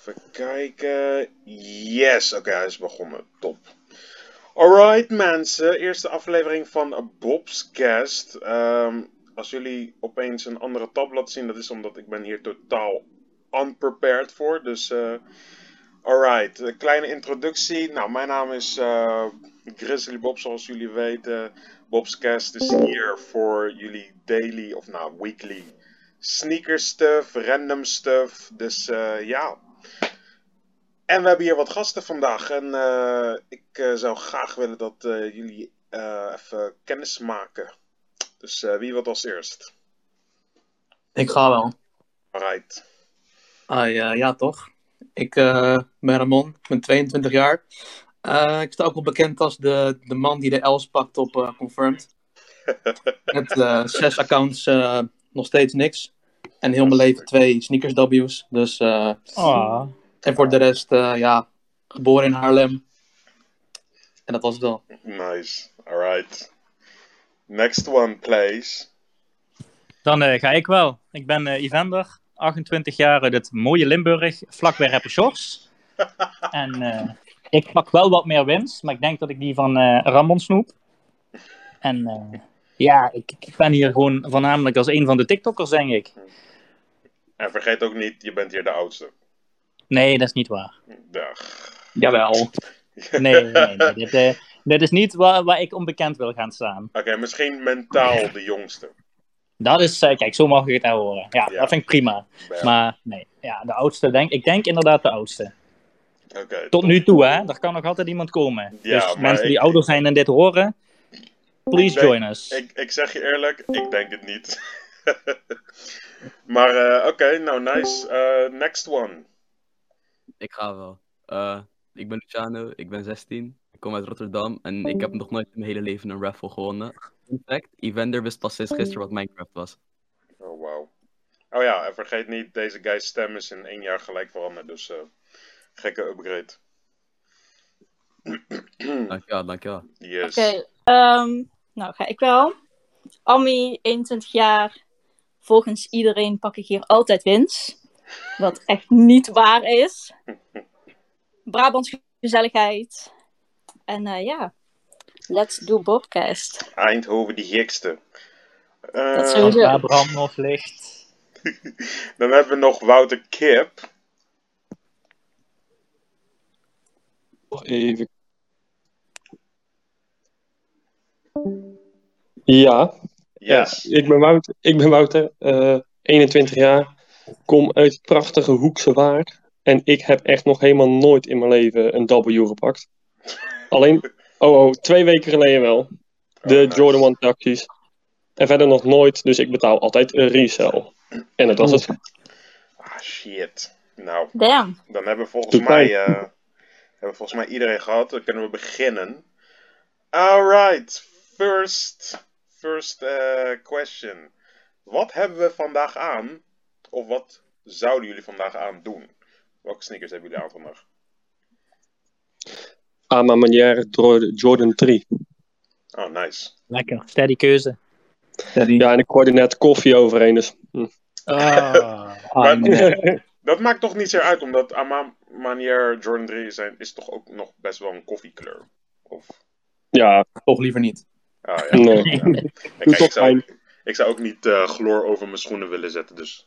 Even kijken. Yes, oké, hij is begonnen. Top. Alright mensen, eerste aflevering van Bob's Cast. Als jullie opeens een andere tab laten zien, dat is omdat ik ben hier totaal unprepared voor. Dus, alright, een kleine introductie. Nou, mijn naam is Grizzly Bob, zoals jullie weten. Bob's Cast is hier voor jullie daily, of nou, weekly sneaker stuff, random stuff. Dus, ja... En we hebben hier wat gasten vandaag. En ik zou graag willen dat jullie even kennis maken. Dus wie wil als eerst? Ik ga wel. Alright. Ja, toch. Ik ben Ramon, ik ben 22 jaar. Ik sta ook wel bekend als de man die de L's pakt op Confirmed. Met 6 accounts, nog steeds niks. En heel mijn leven 2 sneakers W's. Dus, en voor de rest, ja, geboren in Haarlem. En dat was het wel. Nice. Alright. Next one, please. Dan ga ik wel. Ik ben Evander, 28 jaar uit het mooie Limburg, vlakbij Rappersjors. En ik pak wel wat meer winst, maar ik denk dat ik die van Ramon snoep. En ja, ik ben hier gewoon voornamelijk als een van de TikTokkers, denk ik. En vergeet ook niet, je bent hier de oudste. Nee, dat is niet waar. Dag. Jawel. Nee. Dit is niet waar ik onbekend wil gaan staan. Oké, misschien mentaal de jongste. Dat is, kijk, zo mag ik het nou horen. Ja, dat vind ik prima. Ja. Maar nee, ja, de oudste, ik denk inderdaad de oudste. Okay, Tot nu toe, hè. Er kan nog altijd iemand komen. Ja, dus maar mensen die ouder zijn en dit horen, please join us. Ik zeg je eerlijk, ik denk het niet. Maar oké, nou nice. Next one. Ik ga wel. Ik ben Luciano, ik ben 16, ik kom uit Rotterdam en ik heb nog nooit in mijn hele leven een raffle gewonnen. In fact, Evander wist pas sinds gisteren wat Minecraft was. Oh, wauw. Oh ja, en vergeet niet, deze guy's stem is in 1 jaar gelijk veranderd, dus gekke upgrade. Dankjewel. Yes. Oké, nou ga ik wel. Ammi, 21 jaar. Volgens iedereen pak ik hier altijd winst. Wat echt niet waar is. Brabants gezelligheid. En ja, let's do Bobcast. Eindhoven die gekste. Dat sowieso. Waar brand nog ligt. Dan hebben we nog Wouter Kip. Even. Ja, Yes. ik ben Wouter, 21 jaar, kom uit het prachtige Hoekse Waard en ik heb echt nog helemaal nooit in mijn leven een W gepakt. Alleen, 2 weken geleden wel, de nice. Jordan 1 takjes. En verder nog nooit, dus ik betaal altijd een resell. En dat was het. Ah, shit. Nou, Damn. dan hebben we volgens mij iedereen gehad. Dan kunnen we beginnen. Alright, first question. Wat hebben we vandaag aan? Of wat zouden jullie vandaag aan doen? Welke sneakers hebben jullie aan vandaag? À ma manière Jordan 3. Oh, nice. Lekker, steady keuze. Ja, en ik hoorde net koffie overheen, dus... Maar dat maakt toch niet zo uit, omdat à ma manière Jordan 3 is toch ook nog best wel een koffiekleur? Of... Ja, Toch liever niet. Ah, ja. nee. Ja. Doe toch fijn. Ik zou ook niet chloor over mijn schoenen willen zetten, dus...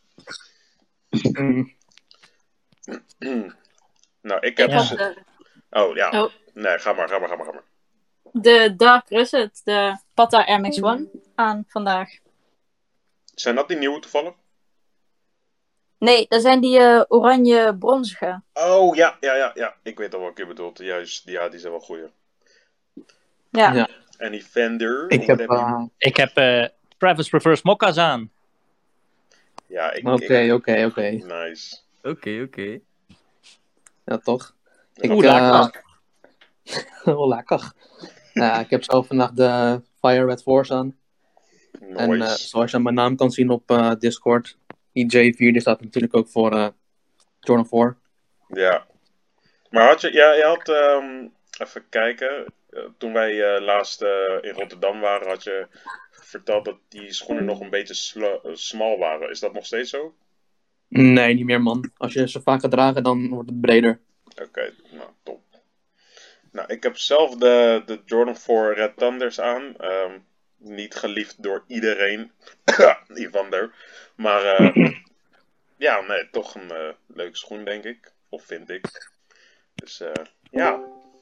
Nou, ik heb... Ik had Oh, ja. Oh. Nee, ga maar. de Dark Russet, de Pata Air Max 1 aan vandaag. Zijn dat die nieuwe toevallig? Nee, dat zijn die oranje bronzige. Oh, ja. Ik weet al wat je bedoelt. Juist, ja, die zijn wel goeie. Ja. Ja. En die Fender... Ik heb... Ik heb Travis Reverse Mokka's aan. Ja, ik... Oké. Nice. Oké. Ja, toch. Lekker. Wel lekker. Nou, ik heb zelf vandaag de Fire Red Force aan. En Nice. zoals je mijn naam kan zien op Discord, EJ4, die staat natuurlijk ook voor Jordan 4. Ja. Maar had je had... even kijken. Toen wij laatst in Rotterdam waren, had je verteld dat die schoenen nog een beetje smal waren. Is dat nog steeds zo? Nee, niet meer man. Als je ze vaak gaat dragen, dan wordt het breder. Oké, nou top. Nou, ik heb zelf de Jordan 4 Red Thunders aan. Niet geliefd door iedereen. Evander. Maar ja, nee, toch een leuke schoen, denk ik. Of vind ik. Dus ja.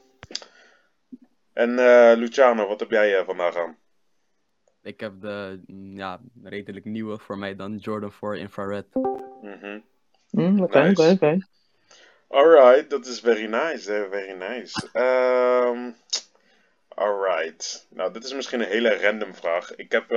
En Luciano, wat heb jij vandaag aan? Ik heb de redelijk nieuwe voor mij dan, Jordan 4 Infrared. Mhm. Oké. Nice. Alright, dat is very nice, very nice. Alright. Nou, dit is misschien een hele random vraag. Ik heb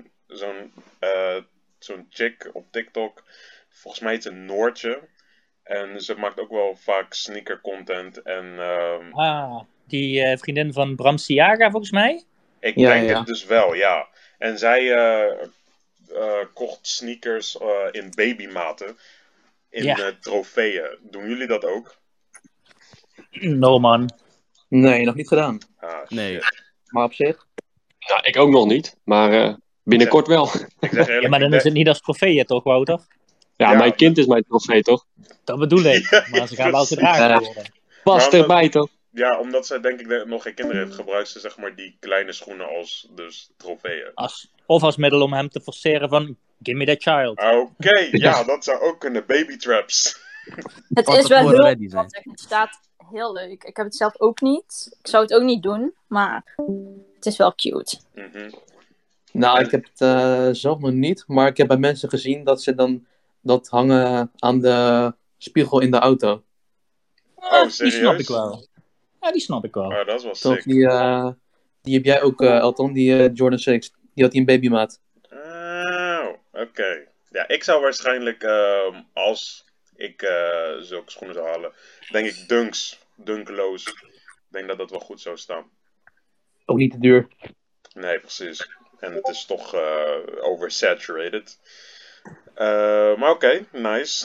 zo'n chick op TikTok. Volgens mij heet ze Noortje. En ze maakt ook wel vaak sneaker content. En Die vriendin van Bram Siaga, volgens mij. ik Ja, denk ja. het dus wel, ja. En zij kocht sneakers in babymaten. In Ja. trofeeën. Doen jullie dat ook? No, man. Nee, nog niet gedaan. Ah, shit. Nee. Maar op zich. Nou, ik ook nog niet, maar binnenkort wel. Ik zeg eerlijk, Ja, maar dan is het niet als trofee, toch, Wouter? Ja, Ja. mijn kind is mijn trofee, toch? Dat bedoel ik. Ja, Maar ze gaan wel precies. gedragen worden. Past Maar erbij, toch? Ja, omdat zij denk ik nog geen kinderen heeft, gebruikt ze zeg maar die kleine schoenen als dus trofeeën. Of als middel om hem te forceren van, give me that child. Oké, ja, dat zou ook kunnen. Baby traps. Het Van is wel tevoren heel ready zijn. schattig. Het staat heel leuk. Ik heb het zelf ook niet. Ik zou het ook niet doen, maar het is wel cute. Mhm. Nou, En- ik heb het zelf nog niet. Maar ik heb bij mensen gezien dat ze dan dat hangen aan de spiegel in de auto. Oh, Die snap serieus? ik wel. Ja, die snap ik wel. Oh, dat is wel Toch, sick. die heb jij ook, Elton, die Jordan 6. Die had hij in babymaat. Oh, oké. Ja, ik zou waarschijnlijk, als ik zulke schoenen zou halen, denk ik Dunkeloos. Ik denk dat dat wel goed zou staan. Ook niet te duur. Nee, precies. En het is toch oversaturated. Maar oké, nice.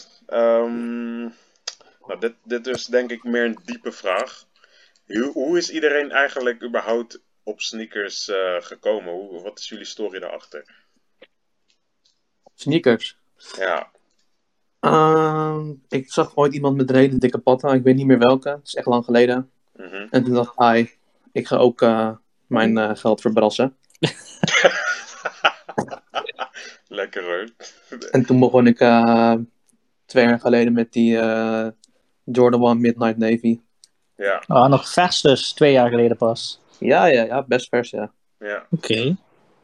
Nou, dit is denk ik meer een diepe vraag. Hoe is iedereen eigenlijk überhaupt op sneakers gekomen? Wat is jullie story daarachter? Sneakers. Ja, Ik zag ooit iemand met een hele dikke patta. Ik weet niet meer welke. Het is echt lang geleden. mhm. En toen dacht ik, ik ga ook mijn geld verbrassen. Lekker hoor. En toen begon ik 2 jaar geleden met die Jordan 1 Midnight Navy. Ja, Nog vers dus, 2 jaar geleden pas. Ja, best vers, ja. ja. Oké.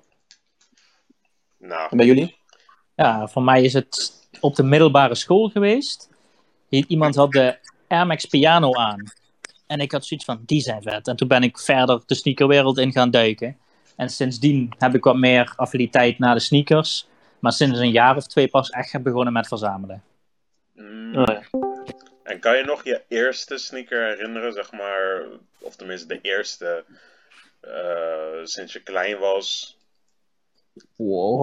Nou, En bij jullie? Ja, voor mij is het op de middelbare school geweest. Iemand had de Air Max Piano aan. En ik had zoiets van, die zijn vet. En toen ben ik verder de sneakerwereld in gaan duiken. En sindsdien heb ik wat meer affiniteit naar de sneakers. Maar sinds een jaar of 2 pas echt begonnen met verzamelen. Oh, ja. En kan je nog je eerste sneaker herinneren, zeg maar, of tenminste de eerste sinds je klein was? Wow.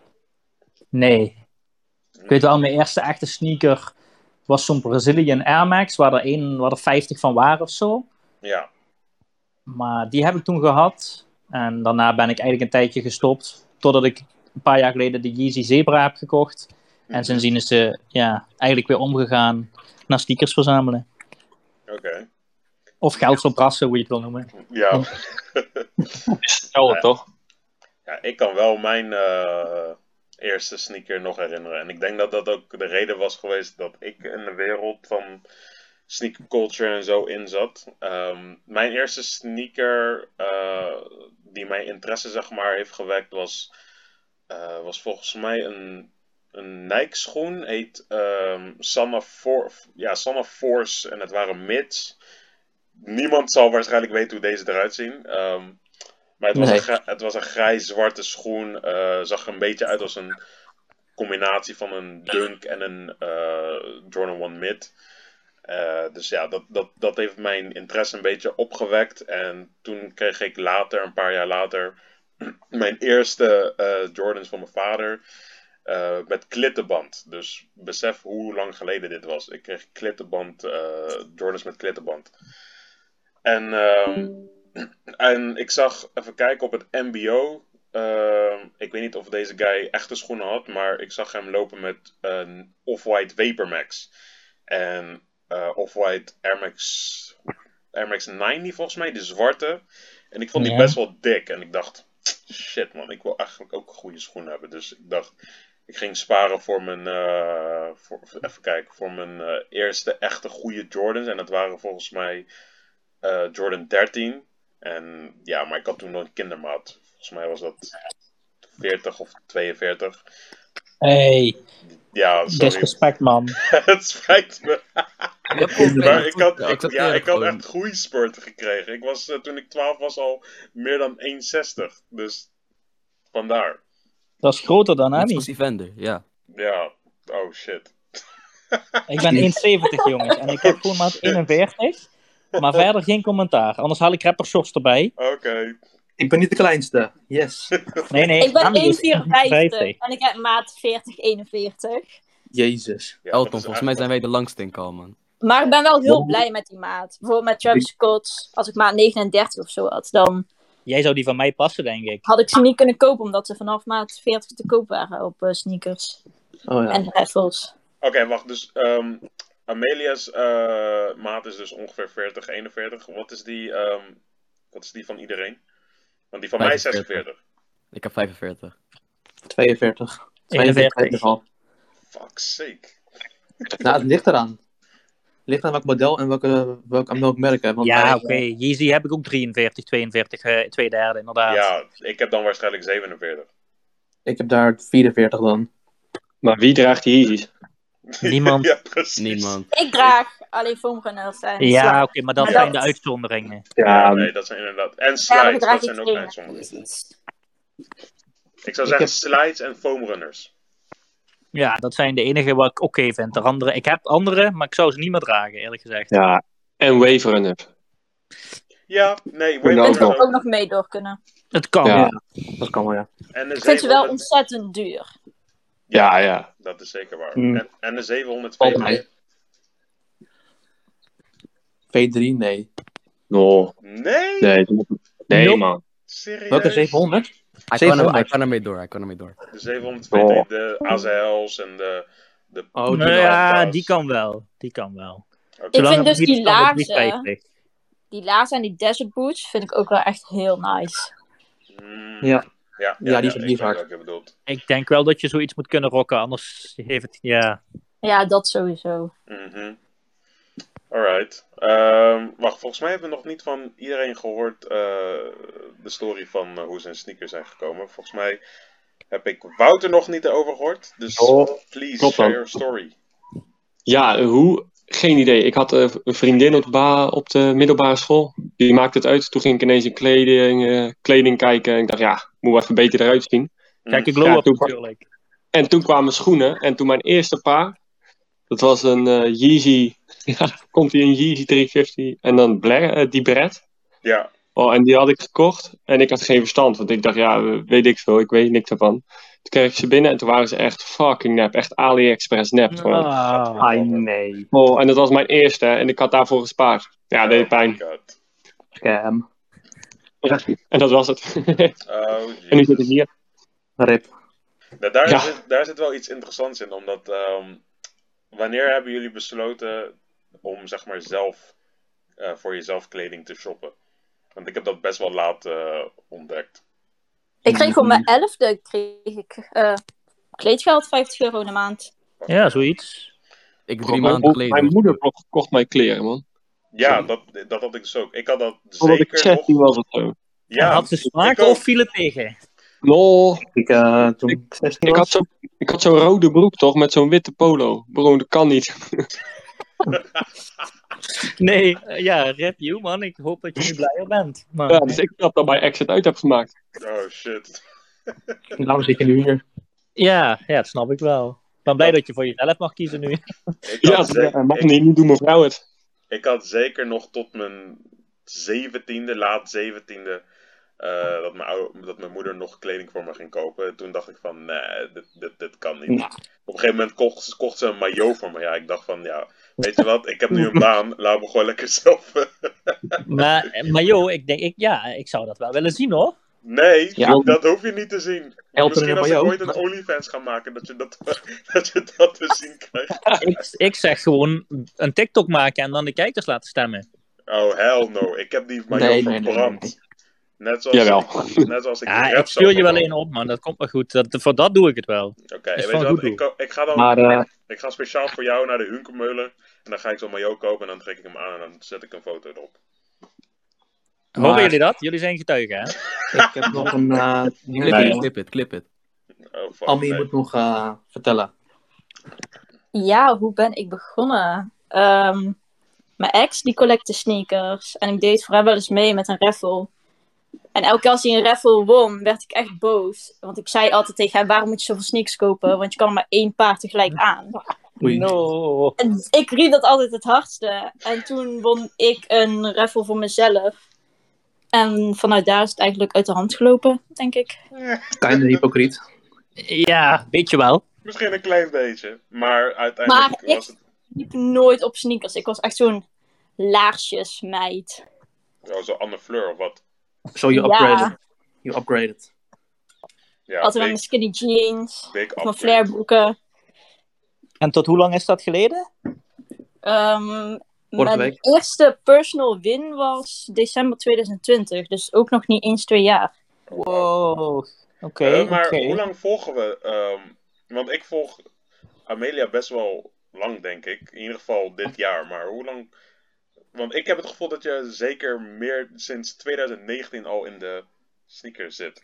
Nee. Ik weet wel, mijn eerste echte sneaker was zo'n Brazilian Air Max, waar er 50 van waren of zo. Ja, Maar die heb ik toen gehad. En daarna ben ik eigenlijk een tijdje gestopt. Totdat ik een paar jaar geleden de Yeezy Zebra heb gekocht. En sindsdien is ze eigenlijk weer omgegaan naar sneakers verzamelen. oké. Of geld verbrassen, hoe je het wil noemen. Ja. Hetzelfde, toch? Ja, ik kan wel mijn eerste sneaker nog herinneren. En ik denk dat dat ook de reden was geweest dat ik in de wereld van sneaker culture en zo in zat. Mijn eerste sneaker die mijn interesse zeg maar heeft gewekt was volgens mij een Nike schoen. Heet Son of Force en het waren mids. Niemand zal waarschijnlijk weten hoe deze eruit zien. Maar het was een grijs-zwarte schoen. Zag er een beetje uit als een combinatie van een Dunk en een Jordan 1 Mid. Dus ja, dat heeft mijn interesse een beetje opgewekt. En toen kreeg ik later, een paar jaar later, mijn eerste Jordans van mijn vader. Met klittenband. Dus besef hoe lang geleden dit was. Ik kreeg Jordans met klittenband. En ik zag, even kijken, op het MBO ik weet niet of deze guy echte schoenen had, maar ik zag hem lopen met een Off-White Vapor Max. En Off-White Air Max 90 volgens mij, de zwarte. En ik vond die Ja. best wel dik. En ik dacht, shit man, ik wil eigenlijk ook goede schoenen hebben. Dus ik dacht, ik ging sparen voor mijn, voor mijn eerste echte goede Jordans. En dat waren volgens mij Jordan 13. En ja, maar ik had toen nog een kindermaat. Volgens mij was dat 40 of 42. Hey, Ja, sorry. disrespect man. Het spijt me. Je hebt gewoon Maar veel ik had, goed, accepteer ja, het ik had gewoon. echt groeispurten gekregen. Ik was toen ik 12 was al meer dan 1,60. Dus vandaar. Dat is groter dan Net Annie. zoals Evander, ja. Ja, oh shit. Ik ben 1,70 jongens en ik heb gewoon maat 41. Maar verder geen commentaar. Anders haal ik rapper shorts erbij. Oké. Ik ben niet de kleinste. Yes. Nee, Ik ben Annie is 1,54 en ik heb maat 40, 41. Jezus. Ja, Elton, dat is volgens mij zijn echt- wij de langste in Kal, man. Maar ik ben wel heel blij met die maat. Bijvoorbeeld met Travis Scott, als ik maat 39 of zo had, dan Jij zou die van mij passen, denk ik. had ik ze niet kunnen kopen, omdat ze vanaf maat 40 te koop waren op sneakers Oh ja. en raffles. Oké, wacht. Dus Amelia's maat is dus ongeveer 40, 41. Wat is die van iedereen? Want die van mij is 45. 46. Ik heb 45. 42. 41. 42 al. Fuck's sake. Nou, het ligt eraan. Het ligt aan welk model en welk merk. Hè. Want Ja, bij, oké. Yeezy heb ik ook 43, 42, 2/3 inderdaad. Ja, ik heb dan waarschijnlijk 47. Ik heb daar 44 dan. Maar wie draagt die Yeezys? Niemand. Ja, precies. Niemand. Ik draag alleen foamrunners en Ja, slides. oké, maar dat Maar zijn dat- de uitzonderingen. Ja, nee, dat zijn inderdaad. En Ja, maar slides, ik draag dat die zijn ook trainer. uitzonderingen. Jezus. Ik zou Ik zeggen heb- slides en foamrunners. Ja, dat zijn de enige wat ik oké vind. De andere, ik heb andere, maar ik zou ze niet meer dragen, eerlijk gezegd. Ja, en Wave Run-Up. Ja, nee, Kunnen Wave Kunt ook er Runners ook ook. nog mee door kunnen. Het kan. Ja. Dat kan wel, ja. En de Ik vind ze wel 700 ontzettend duur. Ja, ja. Dat is zeker waar. Mm. En de 702. Valt mij. V3, nee. No. Nee? Nee, nee Nope. man. Serieus? Welke 700? Hij 700. kan ermee door, hij kan ermee door. De 702, de AZL's en de Oh, Nou die ja, Delta's. die kan wel. Die kan wel. Oké. Ik Zolang vind het dus niet die standaard laarzen, 350. die laarzen en die desert boots, vind ik ook wel echt heel nice. Mm, Ja. ja, Ja, die is ik niet weet hard. welke je bedoelt. Ik denk wel dat je zoiets moet kunnen rocken, anders heeft het... Ja. Ja, dat sowieso. Mhm. Alright. Wacht, volgens mij hebben we nog niet van iedereen gehoord de story van hoe zijn sneakers zijn gekomen. Volgens mij heb ik Wouter nog niet over gehoord. Dus Oh, please klopt share dan. your story. Ja, hoe? Geen idee. Ik had een vriendin op de middelbare school. Die maakte het uit. Toen ging ik ineens in kleding kijken. En ik dacht, ja, moet wel even beter eruit zien. Kijk, ik Ja, glow up toen- natuurlijk. En toen kwamen schoenen. En toen mijn eerste paar. Dat was een Yeezy. Ja, komt hier een Yeezy 350. En dan die Bret. Ja, Oh, en die had ik gekocht. En ik had geen verstand. Want ik dacht, ja, weet ik veel. Ik weet niks ervan. Toen kreeg ik ze binnen. En toen waren ze echt fucking nep. Echt AliExpress nep. Gewoon. Ah, nee. Oh, en dat was mijn eerste. En ik had daarvoor gespaard. Ja, dat deed oh pijn. my god. Scam. Ja, en dat was het. Oh, En nu zit ik jezus. hier. Rip. Nou, daar, Ja. daar zit wel iets interessants in, omdat wanneer hebben jullie besloten om zeg maar zelf voor jezelf kleding te shoppen? Want ik heb dat best wel laat ontdekt. Ik kreeg op mijn 11e kreeg ik kleedgeld, €50 in de maand. ja, zoiets. Ik 3 maanden geleden. Mijn moeder kocht mij kleren, man. Ja, dat had ik dus ook. Ik had dat Totdat ik zeker 16 nog. was of zo. Ja, Had ze smaak ik ook. of viel het tegen? No, Toen ik 16 ik was. had zo'n rode broek toch, met zo'n witte polo. Bro, dat kan niet. Nee, ja, rip you man. Ik hoop dat je nu blijer bent. Maar... Ja, dus ik dat dat bij Exit uit heb gemaakt. Oh shit. Daarom zit je nu hier. Ja, dat snap ik wel. Ik ben blij dat je voor jezelf mag kiezen nu. Ik Ja, had, ze- mag niet, nu doet mijn vrouw het. ik had zeker nog tot mijn 17e, laat 17e, dat mijn moeder nog kleding voor me ging kopen. En toen dacht ik van, nee, dit kan niet. Op een gegeven moment kocht ze een maillot voor me. Ja, ik dacht van, ja, weet je wat, ik heb nu een baan, laat me gewoon lekker zelf. Maar joh, ik zou dat wel willen zien hoor. Nee, Ja. dat hoef je niet te zien. Elton Misschien en als ik Mayo. ooit een OnlyFans ga maken, dat je dat te zien krijgt. Ik zeg gewoon een TikTok maken en dan de kijkers laten stemmen. Oh, hell no. Ik heb die Mayo Nee. verbrand. Net zoals Jawel. net zoals ik Ja, rap ik stuur je wel zou één op, man. Dat komt wel goed. Voor dat doe ik het wel. Oké, Is weet van je goed wat? Ik ga dan... Maar Ik ga speciaal voor jou naar de Hunkermeulen. En dan ga ik zo'n Mayo kopen en dan trek ik hem aan en dan zet ik een foto erop. Horen Maar- jullie dat? Jullie zijn getuigen, hè? ik heb nog een Clip dingetje. it, clip it. Oh, fuck, Ami nee. moet nog vertellen. Ja, hoe ben ik begonnen? Mijn ex die collecte sneakers. En ik deed voor hem wel eens mee met een raffle. En elke keer als hij een raffle won, werd ik echt boos. Want ik zei altijd tegen hem, waarom moet je zoveel sneakers kopen? Want je kan er maar 1 paar tegelijk aan. Oei. No. En ik riep dat altijd het hardste. En toen won ik een raffle voor mezelf. En vanuit daar is het eigenlijk uit de hand gelopen, denk ik. Kinda hypocriet. Ja, weet je wel. Misschien een klein beetje. Maar uiteindelijk Maar was het... ik liep nooit op sneakers. Ik was echt zo'n laarsjesmeid. Oh, zo Anne Fleur of wat? Zo, je Ja. upgraded. Je upgraded. Ja, Altijd met mijn big, skinny jeans. big Of mijn upgrade. flarebroeken. En tot hoe lang is dat geleden? Vorige Mijn week. eerste personal win was december 2020. Dus ook nog niet eens 2 jaar. Oh, wow. Wow. Oké, Maar oké. hoe lang volgen we? Want ik volg Amelia best wel lang, denk ik. In ieder geval dit jaar. Maar hoe lang... Want ik heb het gevoel dat je zeker meer sinds 2019 al in de sneakers zit.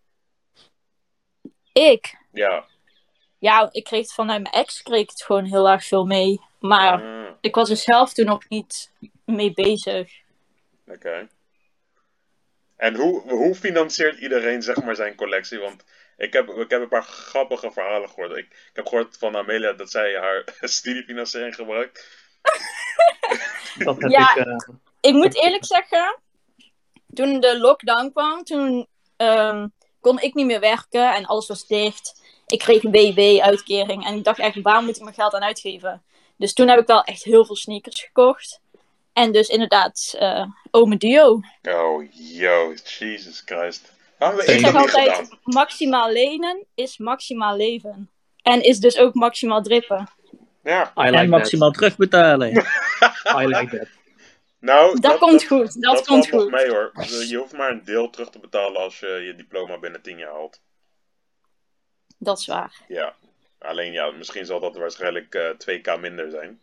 Ik? Ja. Ja, ik kreeg het vanuit mijn ex. Kreeg ik het gewoon heel erg veel mee. Maar ik was er zelf toen nog niet mee bezig. Oké. En hoe financiert iedereen zeg maar zijn collectie? Want ik heb een paar grappige verhalen gehoord. Ik heb gehoord van Amelia dat zij haar studiefinanciering gebruikt. Dat heb Ja. ik... Ik moet eerlijk zeggen, toen de lockdown kwam, toen kon ik niet meer werken en alles was dicht. Ik kreeg een WW-uitkering en ik dacht echt, waar moet ik mijn geld aan uitgeven? Dus toen heb ik wel echt heel veel sneakers gekocht. En dus inderdaad, Ome Dio. Oh, yo, Jesus Christ. Hadden we Ik ik Ik zeg dat niet altijd, gedaan? maximaal lenen is maximaal leven. En is dus ook maximaal drippen. Ja. I like En maximaal terugbetalen. that. I like that. Nou, Dat komt goed, dat komt valt nog goed. mee hoor. Je hoeft maar een deel terug te betalen als je je diploma binnen 10 jaar haalt. Dat is waar. Ja. Alleen ja, misschien zal dat waarschijnlijk 2k minder zijn.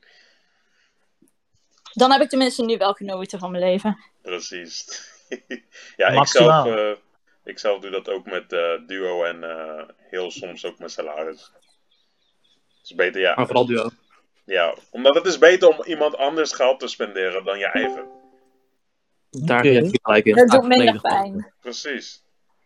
Dan heb ik tenminste nu wel genoten van mijn leven. Precies. Ja, Maximaal. ik zelf doe dat ook met Duo en heel soms ook met salaris. Het is beter, ja. Maar vooral duo. Ja, omdat het is beter om iemand anders geld te spenderen dan je eigen. Daar Oké. heb je gelijk in. Dat doet minder volledig pijn. Precies.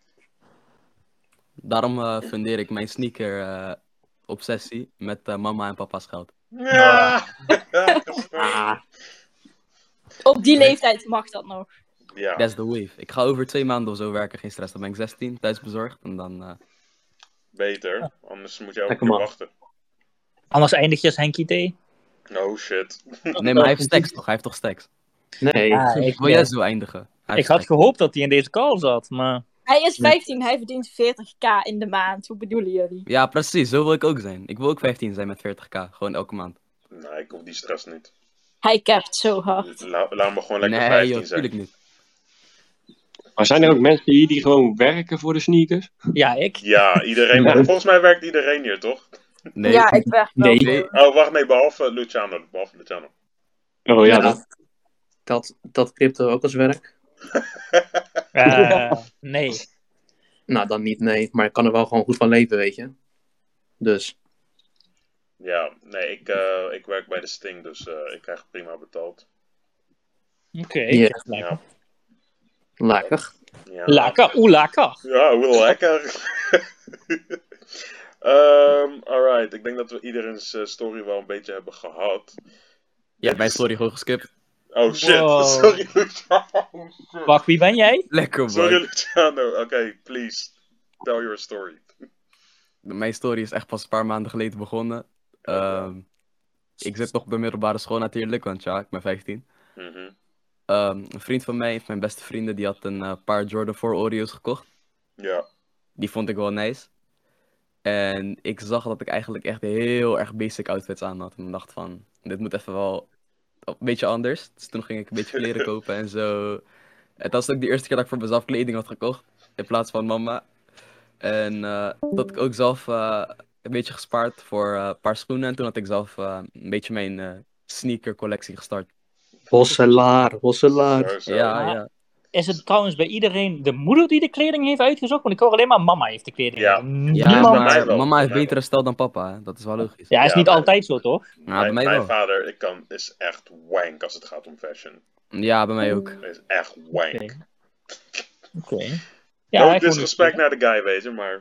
Daarom fundeer ik mijn sneaker-obsessie met mama en papa's geld. Ja. Ah, Op die leeftijd mag dat nog. Ja. That's the wave. Ik ga over 2 maanden of zo werken, geen stress. Dan ben ik 16, thuisbezorgd. En dan... Beter. Anders moet je ook Lekker weer man. wachten. Anders eindig je als Henkie D. Oh shit. Nee, maar hij heeft stacks toch? Hij heeft toch stacks? nee. ik, Wil jij zo eindigen? Hij ik heeft had stacks. gehoopt dat hij in deze call zat, maar... Hij is 15, hij verdient 40k in de maand. Hoe bedoelen jullie? Ja, precies. Zo wil ik ook zijn. Ik wil ook 15 zijn met 40k. Gewoon elke maand. Nee, ik hoef die stress niet. Hij capt zo hard. Laat me gewoon lekker Nee, 15 joh, zijn. tuurlijk niet. Maar zijn er ook mensen hier die gewoon werken voor de sneakers? Ja, ik. Ja, iedereen. Nee. Volgens mij werkt iedereen hier, toch? Nee. Ja, ik werk wel. Nee. Nee. Oh, wacht, nee, behalve Luciano. Oh ja, Ja. Dat crypto ook als werk? Nee. Nou, dan niet, nee. Maar ik kan er wel gewoon goed van leven, weet je. Dus, Ja, nee, ik werk bij de Sting, dus ik krijg prima betaald. Oké. Ja. Ja. lekker. Ja. Lekker. Oeh, lekker. Ja, wel lekker. Alright, ik denk dat we iedereen's story wel een beetje hebben gehad. Je hebt mijn story gewoon geskipt. Oh shit, Wow. sorry Luciano. Wacht, wie ben jij? Lekker, man. Sorry Luciano, oké, please. Tell your story. Mijn story is echt pas een paar maanden geleden begonnen. Ik zit nog op de middelbare school natuurlijk, want ja, ik ben 15. Mhm. Een vriend van mij, een van mijn beste vrienden, die had een paar Jordan 4 Oreos gekocht. Ja. Die vond ik wel nice. En ik zag dat ik eigenlijk echt heel erg basic outfits aan had. En ik dacht van, dit moet even wel een beetje anders. Dus toen ging ik een beetje kleren kopen en zo. Het was ook de eerste keer dat ik voor mezelf kleding had gekocht. In plaats van mama. En dat ik ook zelf een beetje gespaard voor een paar schoenen. En toen had ik zelf een beetje mijn sneaker collectie gestart. Hosselaar. Zo. Ja, Maar- ja. Is het trouwens bij iedereen de moeder die de kleding heeft uitgezocht? Want ik hoor alleen maar mama heeft de kleding. Ja. Niemand... Ja, bij mij maar wel, mama bij heeft mij betere stijl dan papa, hè? Dat is wel logisch. Ja, is Ja, niet bij- altijd zo, toch? Ja, bij mij Mijn wel. vader is echt wank als het gaat om fashion. Ja, bij mij ook. Hij is echt wank. Oké. Ja, Ja, no ik vond disrespect het- naar de guy, weet je, maar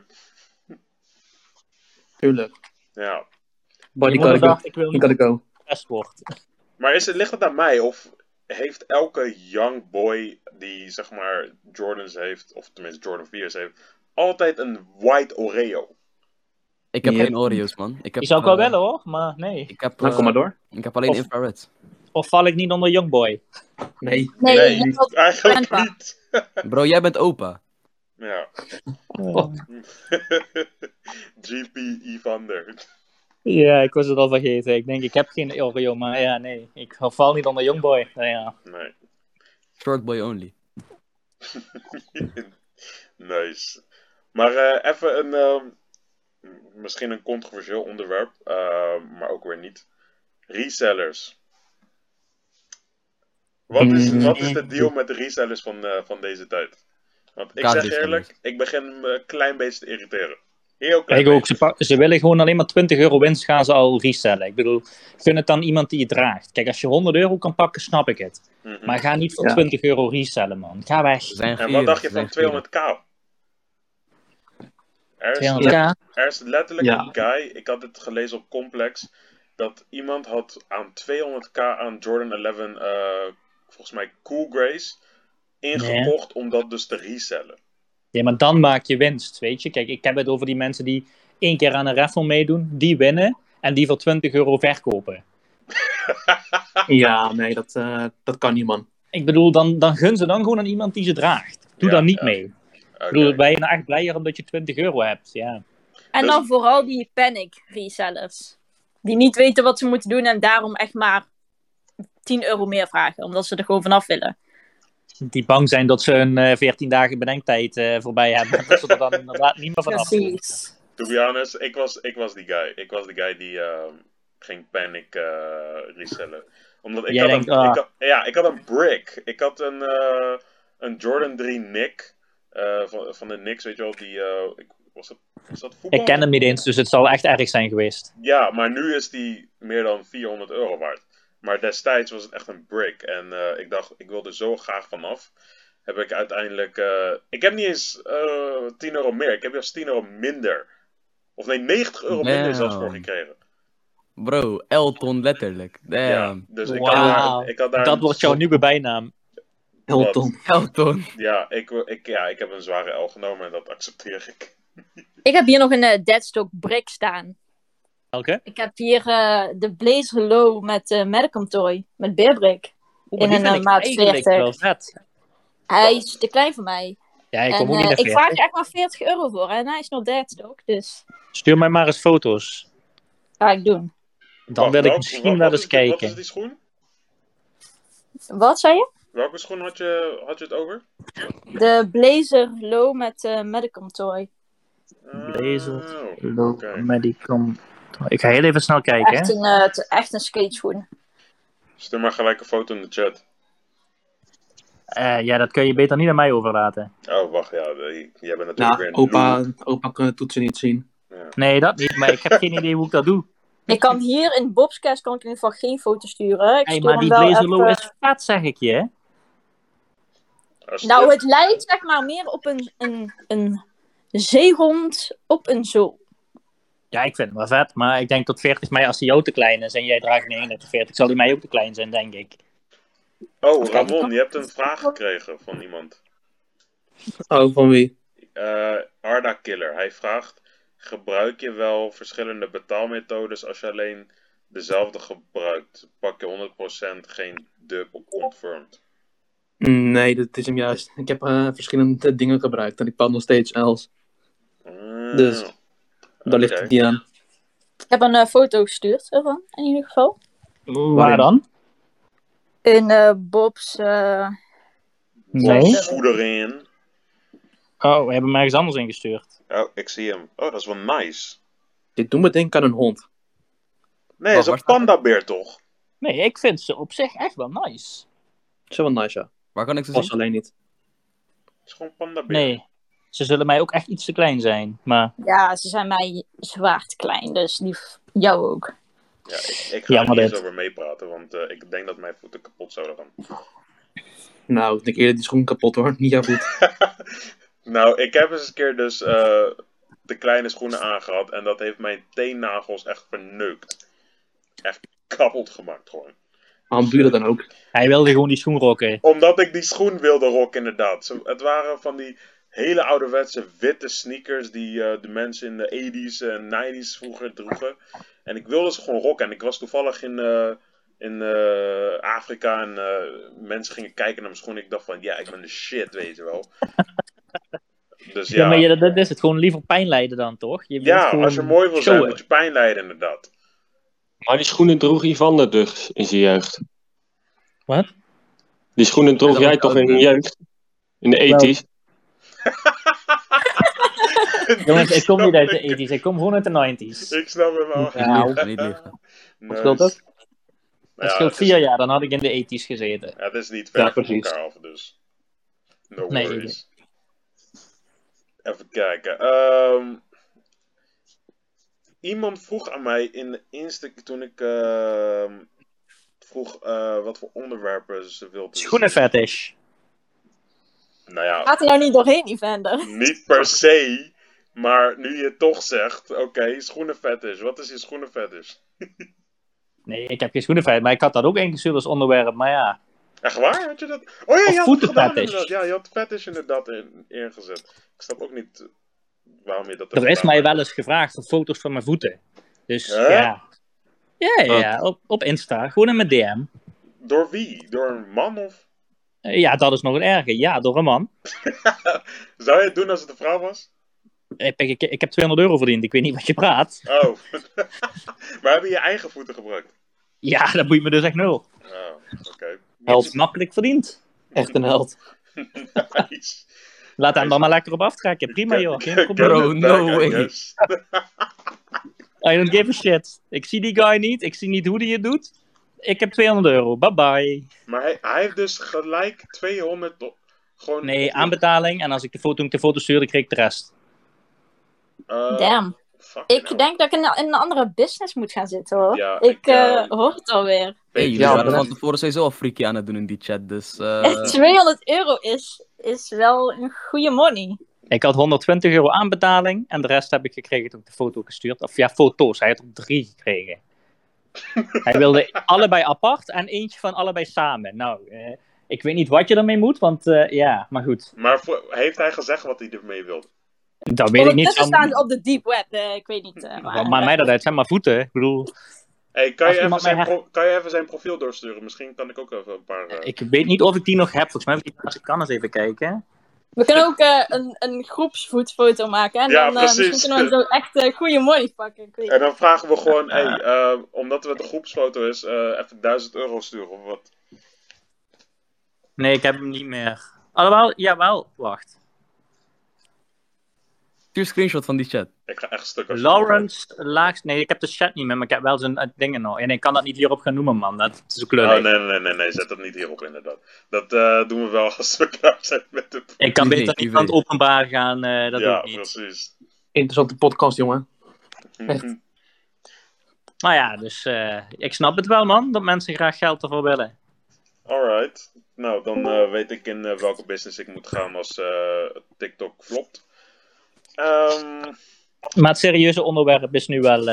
Tuurlijk. ja. Body Je moeder gotta go. dacht, ik wil You niet gotta dat go. ik gepest word. Maar ligt het aan mij of heeft elke young boy die zeg maar Jordans heeft, of tenminste Jordan 4's heeft, altijd een white Oreo? Ik heb Ja. geen Oreo's, man. Ik heb, Die zou ik wel willen hoor, maar nee. Ik heb, Nou, kom maar door. ik heb alleen Of- infrared. Of val ik niet onder Youngboy? Nee. Nee, je wilt eigenlijk grandpa. niet. Bro, jij bent opa. Ja. Oh. GP Evander. Ja, ik was het al vergeten. Ik denk, ik heb geen Oreo, maar ja, nee. Ik val niet onder Youngboy. Nou ja. Nee. Short boy only. Nice. Maar even misschien een controversieel onderwerp, maar ook weer niet. Resellers. Wat is de deal met de resellers van deze tijd? Want ik zeg Kaartresellers. eerlijk, ik begin me een klein beetje te irriteren. Heel klein Kijk ook, beetje. ze willen gewoon alleen maar 20 euro winst gaan ze al resellen. Ik bedoel, gun het dan iemand die je draagt. Kijk, als je 100 euro kan pakken, snap ik het. Mhm. Maar ga niet voor Ja. 20 euro resellen, man. Ga weg. Ze zijn En gieren, wat dacht je ze zijn van 200k? Er is, 200k? er is letterlijk Ja. een guy, ik had het gelezen op Complex, dat iemand had aan 200k aan Jordan 11, volgens mij Cool Grace, ingekocht om dat dus te resellen. Ja, maar dan maak je winst, weet je. Kijk, ik heb het over die mensen die 1 keer aan een raffle meedoen, die winnen en die voor 20 euro verkopen. Ja, nee, dat kan niet, man. Ik bedoel, dan gun ze dan gewoon aan iemand die ze draagt. Doe Ja, daar niet ja. mee. Oké. Ik bedoel, ben je nou echt blijer omdat je 20 euro hebt? Ja. En dan vooral die panic resellers. Die niet weten wat ze moeten doen en daarom echt maar 10 euro meer vragen. Omdat ze er gewoon vanaf willen. Die bang zijn dat ze een 14 dagen bedenktijd voorbij hebben. Dat ze er dan inderdaad niet meer vanaf komen. Precies. To be honest, ik was die guy. Ik was de guy die ging panic resellen. Omdat ik Jij had, denkt, ik had een brick. Ik had een Jordan 3 Nick. Van de Knicks, weet je wel. Was dat voetbal? Ik ken hem niet eens, dus het zal echt erg zijn geweest. Ja, maar nu is die meer dan 400 euro waard. Maar destijds was het echt een brick. En ik dacht, ik wil er zo graag vanaf. Heb ik uiteindelijk... ik heb niet eens 10 euro meer. Ik heb juist 10 euro minder. Of nee, 90 euro minder zelfs voor gekregen. Bro, Elton letterlijk. Damn. Ja, dus ik Wauw. had daar Dat wordt jouw nieuwe bijnaam. Elton. Elton. Ja, ik heb een zware L genomen en dat accepteer ik. Ik heb hier nog een deadstock brick staan. Welke? Ik heb hier de Blazer Low met Madcom Toy. Met beerbrick. In Die een vind ik maat eigenlijk 40. wel vet. Hij is te klein voor mij. Ja, ik En kom ook niet naar ik vraag 40. er echt maar 40 euro voor. En hij is nog deadstock. Dus Stuur mij maar eens foto's. ga ik doen. Dan Wacht, wil ik wat misschien wel eens Wat kijken. is die schoen? Wat zei je? Welke schoen had je het over? De Blazer Low met Madcom Toy. Blazer. Oh, oké. Medicom. Ik ga heel even snel kijken. Echt een skateschoen. Stuur maar gelijk een foto in de chat. Ja, dat kun je beter niet aan mij overlaten. Oh, wacht, ja. Jij bent natuurlijk weer Nou, een opa kan het toetsen niet zien. noob. Ja. Nee, dat niet, maar ik heb geen idee hoe ik dat doe. Ik kan hier in Bobscast kan ik in ieder geval geen foto sturen. Ik Hey, stuur maar die hem wel Blazer Low even... is vet, zeg ik je. Hè? Als je Nou, dit- het lijkt zeg maar meer op een zeehond op een zool. Ja, ik vind hem wel vet, maar ik denk tot 40, maar als hij jou te klein is en jij draagt 39, zal hij mij ook te klein zijn, denk ik. Oh, Ramon, je hebt een vraag gekregen van iemand. Oh, van wie? Arda Killer. Hij vraagt: gebruik je wel verschillende betaalmethodes als je alleen dezelfde gebruikt? Pak je 100% geen dub op confirmed? Nee, dat is hem juist. Ik heb verschillende dingen gebruikt en ik pak nog steeds Els. Dus daar ligt oké. het niet aan. Ik heb een foto gestuurd ervan, in ieder geval. Waar dan? In Bob's... Nee. Voedering. Oh, we hebben mij ergens anders ingestuurd. Oh, ik zie hem. Oh, dat is wel nice. Dit doet me denken aan een hond. Nee, dat is waar een staat pandabeer toch? Nee, ik vind ze op zich echt wel nice. Is wel nice, ja. Waar kan ik ze Was zien? alleen niet. Het is gewoon een pandabeer. Nee, ze zullen mij ook echt iets te klein zijn. Maar Ja, ze zijn mij zwaar te klein, dus lief jou ook. Ja, ik ga Ja, er maar niet eens dit- over meepraten, want ik denk dat mijn voeten kapot zouden gaan. Nou, ik denk eerder die schoen kapot hoor. Niet jouw voet. Nou, ik heb eens een keer dus de kleine schoenen aangehad en dat heeft mijn teennagels echt verneukt. Echt kapot gemaakt gewoon. Waarom doe je dat dan ook? hij wilde gewoon die schoen rocken. Omdat ik die schoen wilde rocken inderdaad. Het waren van die hele ouderwetse witte sneakers die de mensen in de 80s en 90s vroeger droegen. En ik wilde ze gewoon rocken en ik was toevallig in Afrika en mensen gingen kijken naar mijn schoenen. Ik dacht van ja, ik ben de shit, weet je wel. Dus Ja, ja, maar dat is het. Gewoon liever pijn lijden dan, toch? Je wilt ja, gewoon als je mooi wil zijn showen. moet je pijn lijden inderdaad. Maar die schoenen droeg Evander dus in zijn jeugd. Wat? Die schoenen droeg Dat jij was toch koud, in je man. jeugd? In de 80's? Jongens, ik kom snap niet uit de ik. 80s. Ik kom gewoon uit de 90s. Ik snap hem wel. Ja, Niet liegen, niet liegen. Nice. scheelt ook? Ja, Het scheelt het is- 4 jaar, dan had ik in de 80s gezeten. Ja, het is niet ver Ja, van precies. elkaar af, dus. No Nee. worries. Even kijken. Iemand vroeg aan mij in de toen ik vroeg wat voor onderwerpen ze wilden. Schoenenfetish. Nou ja, Gaat er nou niet doorheen, Evander? niet per se. Maar nu je het toch zegt, oké, schoenenfetish. Wat is je schoenenfetish? Nee, ik heb geen schoenenfetish, maar ik had dat ook ingestuurd als onderwerp. Maar ja, Echt waar? Had je dat? Oh ja, Of je had het gedaan voetenfetish. inderdaad. Ja, je had fetish inderdaad ingezet. Ik snap ook niet waarom je dat er hebt is gedaan, mij maar- wel eens gevraagd voor foto's van mijn voeten. Dus Hè? ja. Ja, op Insta. Gewoon in mijn DM. Door wie? Door een man of? Ja, dat is nog een erger. Ja, door een man. Zou je het doen als het een vrouw was? Ik heb €200 verdiend. Ik weet niet wat je praat. Oh. Maar heb je je eigen voeten gebruikt? Ja, dat boeit me dus echt nul. Oh, oké. Het Held. is makkelijk verdiend. Echt een held. Nice. Laat hem dan maar lekker op aftrekken. Prima joh, geen probleem. Bro, Get it back, no I way. guess. I don't give a shit. Ik zie die guy niet. Ik zie niet hoe die het doet. Ik heb €200. Bye bye. Maar hij heeft dus gelijk 200... Gewoon... Nee, aanbetaling. En als ik toen ik de foto stuurde, kreeg ik de rest. Damn. fucking Ik hell. denk dat ik in een andere business moet gaan zitten, hoor. Ja, ik ik, hoor het alweer. Hey, Weet jullie je, waren dat- van tevoren sowieso al freaky aan het doen in die chat, dus... €200 is wel een goede money. Ik had €120 aanbetaling. En de rest heb ik gekregen toen ik de foto gestuurd. Of ja, foto's. Hij had er 3 gekregen. Hij wilde allebei apart en eentje van allebei samen. Nou, ik weet niet wat je ermee moet, want ja, maar goed. Maar heeft hij gezegd wat hij ermee wilde? Dat weet ik niet. Ondertussen staan ze op de deep web. Ik weet niet Wat maakt mij dat uit? Zijn maar voeten. Ik bedoel, Hey, kan Als je, even iemand mij kan je even zijn profiel doorsturen? Misschien kan ik ook even een paar... ik weet niet of ik die nog heb. Volgens mij heb ik die als ik kan eens even kijken. We kunnen ook een groepsfoto maken. En Ja, dan precies. misschien kunnen we zo echt goede money pakken. Ik weet En dan vragen we gewoon, Ah. omdat het een groepsfoto is, even €1000 sturen of wat. Nee, ik heb hem niet meer. Alhoewel, jawel, wacht. Stuur een screenshot van die chat. Ik ga echt stuk als je Lawrence Laagst. Nee, ik heb de chat niet meer, maar ik heb wel zijn dingen nog. En ik kan dat niet hierop gaan noemen, man. Dat is ook lullig. Oh, nee, zet dat niet hierop inderdaad. Dat doen we wel als we klaar zijn met de... Ik kan Privé, beter niet privé. aan het openbaar gaan, dat doe Ja, ik niet. precies. Interessante podcast, jongen. Echt. Maar ja, dus ik snap het wel, man, dat mensen graag geld ervoor willen. Alright. Nou, dan weet ik in welke business ik moet gaan als TikTok flopt. Maar het serieuze onderwerp is nu wel...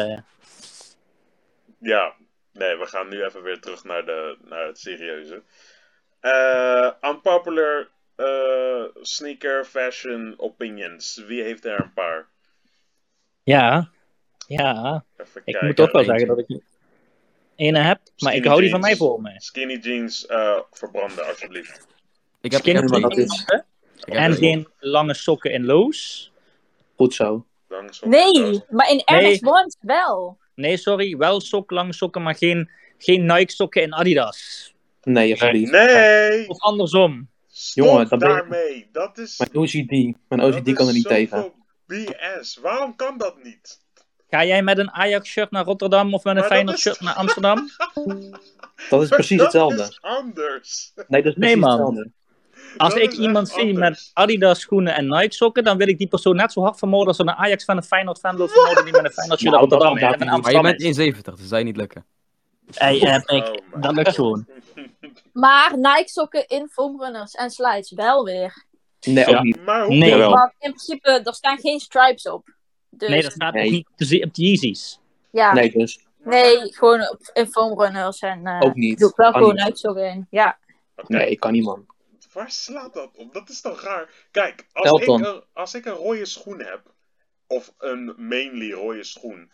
Ja, nee, we gaan nu even weer terug naar het serieuze. Unpopular sneaker fashion opinions. Wie heeft er een paar? Ja. Even Ik kijken. moet ook wel eentje. zeggen dat ik ene heb, maar ik Skinny hou die van jeans. mij voor me. Skinny jeans verbranden, alsjeblieft. Ik heb Skinny maar dat jeans is- sokken ik heb en er- geen lange sokken in lows. Goed zo. Dan sokken en Nee, doos. maar in Air Nee. Max Ones wel. Nee, sorry, wel lange sokken, maar geen Nike sokken in Adidas. Nee, alsjeblieft. Nee! Of andersom. Stop Jongen, dan ben je- daarmee. Dat is, Mijn OCD dat kan er is niet tegen. zoveel BS. Waarom kan dat niet? Ga jij met een Ajax-shirt naar Rotterdam of met een Maar dat Feyenoord-shirt is- naar Amsterdam? Dat is Maar precies dat hetzelfde. is anders. Nee, dat is Nee, precies man. hetzelfde. Als Dat ik is iemand echt zie anders. met Adidas schoenen en Nike sokken, dan wil ik die persoon net zo hard vermoorden als een Ajax-fan een Feyenoord-fan wil vermoorden die met een Feyenoord-shirt naar Nou, dat Rotterdam kan en in niet. Maar je Amsterdam bent is. 1,70, dus zou je niet lukken. Oh my Dat lukt gewoon. Maar Nike sokken in foamrunners en slides wel weer. Nee, Ja. ook niet. Maar hoe Nee. Jawel. Want in principe, er staan geen stripes op. Dus Nee, dat staat Nee. ook niet op de Yeezys. ja, Nee, dus nee, gewoon in foamrunners en ook niet. doe ik wel Kan gewoon niet. Nike sokken in. Ja. Oké, Nee, ik kan niet, man. waar slaat dat op? Dat is toch raar? Kijk, Elton. als ik een rode schoen heb, of een mainly rode schoen,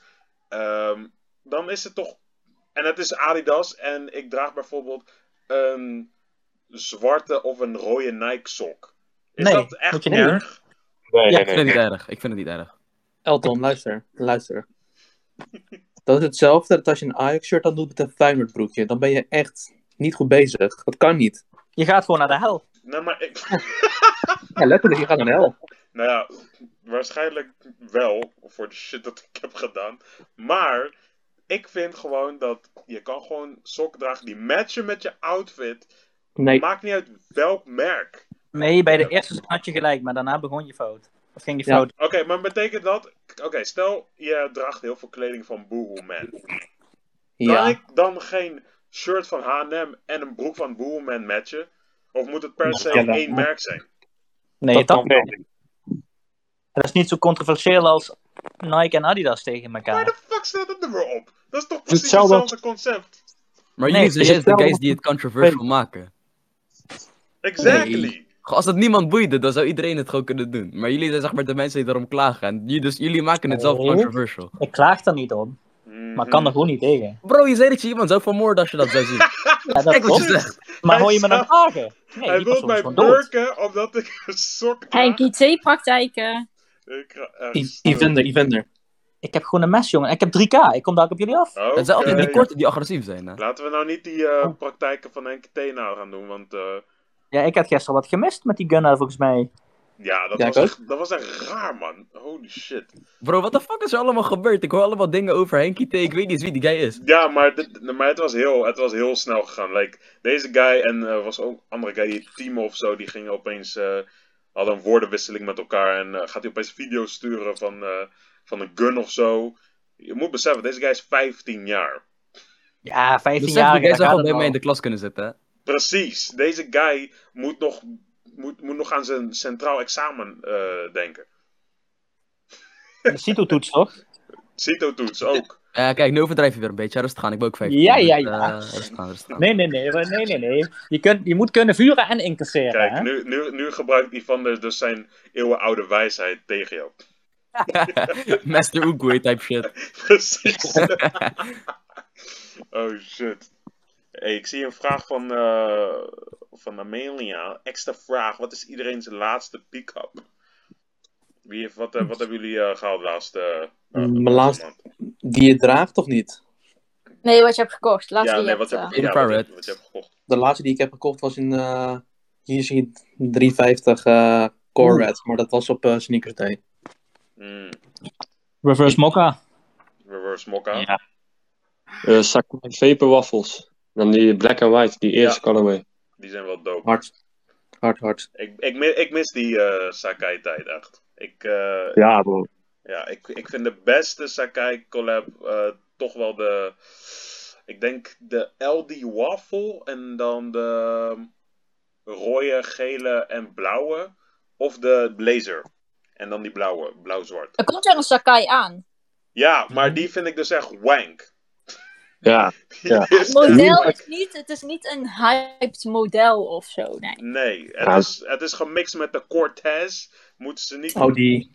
dan is het toch... En het is Adidas en ik draag bijvoorbeeld een zwarte of een rode Nike sok. Is Nee, dat echt moet je niet doen. erg? Nee, Ja, Ik vind het niet erg. Ik vind het niet erg. Elton, luister. Dat is hetzelfde dat als je een Ajax-shirt dan doet met een Feyenoord broekje. Dan ben je echt niet goed bezig. Dat kan niet. Je gaat gewoon naar de hel. Nou, maar ik... Ja, letterlijk, je gaat naar de hel. Nou ja, waarschijnlijk wel, voor de shit dat ik heb gedaan. Maar, ik vind gewoon dat je kan gewoon sokken dragen die matchen met je outfit. Nee, Maakt niet uit welk merk. Nee, bij de eerste had je gelijk, maar daarna begon je fout. Of ging je Ja. fout? Oké, maar betekent dat... Oké, stel je draagt heel veel kleding van Boohoo Man. Kan ja. ik dan geen shirt van H&M en een broek van Boohoo Man matchen? Of moet het per se Ja, wel. één merk zijn? Nee, Dat dat, kan. dat is niet zo controversieel als Nike en Adidas tegen Waar elkaar. de fuck staat het er weer op? Dat is toch precies hetzelfde als- hetzelfde concept? Maar Nee, jullie zijn is juist de hetzelfde guys die het controversial maken. Exactly. Als het niemand boeide, dan zou iedereen het gewoon kunnen doen. Maar jullie zijn zeg maar de mensen die erom klagen. En dus jullie maken het zelf Nee. controversial. Ik klaag er niet om, maar ik kan er gewoon niet tegen. Bro, je zei dat je iemand zou vermoorden als je dat zou zien. Ja, dat Kijk wat je klopt. zegt. Maar Hij hoor je me dan zou- klagen? Nee, Hij die wil persoon is mij gewoon dood. burken omdat ik een sok draag. Henk IT-praktijken. Ik ga echt Evander. Ik heb gewoon een mes, jongen. Ik heb 3K. Ik kom daar ook op jullie af. Oké. Het zijn altijd die korte die agressief zijn. Hè? Laten we nou niet die praktijken van Henk T nou gaan doen, want Ja, ik had gisteren wat gemist met die gunner, volgens mij. ja, dat, Ja, was ik echt, dat was echt raar, man. Holy shit. Bro, wat de fuck is er allemaal gebeurd? Ik hoor allemaal dingen over Henky T. Ik weet niet eens wie die guy is. Ja, maar het was heel snel gegaan. Like, deze guy en was ook een andere guy, Timo of zo, die gingen opeens, hadden een woordenwisseling met elkaar en gaat hij opeens video's sturen van een gun of zo. Je moet beseffen, deze guy is 15 jaar. Ja, 15 Besef, jaar. die guy zou gewoon bij mij in de klas kunnen zitten. Hè? Precies, deze guy moet nog aan zijn centraal examen denken. De CITO-toets, toch? CITO-toets ook. Kijk, nu overdrijf je weer een beetje. Rustig gaan, ik ben ook 15. Ja. Rustig gaan. Nee. Je moet kunnen vuren en incasseren, Kijk, hè? nu gebruikt Ivan dus zijn eeuwenoude wijsheid tegen jou. Master Oogway type shit. Precies. Oh shit. Hey, ik zie een vraag van Amelia. Extra vraag. Wat is iedereen zijn laatste pick-up? Wat hebben jullie gehaald laatste Mijn laatste- Die je draagt of niet? Nee, wat je hebt gekocht. Laatste Ja, die nee, je wat je hebt, hebt, Infrared. wat je hebt gekocht. De laatste die ik heb gekocht was in hier zie je 350 Core Red, maar dat was op Sneakers Day. Reverse Mokka. Reverse Mokka. Ja. Sakai Vapor Waffles. Dan die black and white, die eerste colorway. Die zijn wel dope. Hard. Ik mis die Sakai tijd echt. Ja, bro. Ja, ik vind de beste Sakai collab toch wel ik denk de LD Waffle en dan de rode, gele en blauwe. Of de Blazer. En dan die blauwe, blauw-zwart. Er komt weer een Sakai aan. Ja, maar die vind ik dus echt wank. Ja. Die Ja. is Het model echt- het is niet een hyped model of zo, nee. Nee, Ja. het is gemixt met de Cortez. Moeten ze niet Oh, die.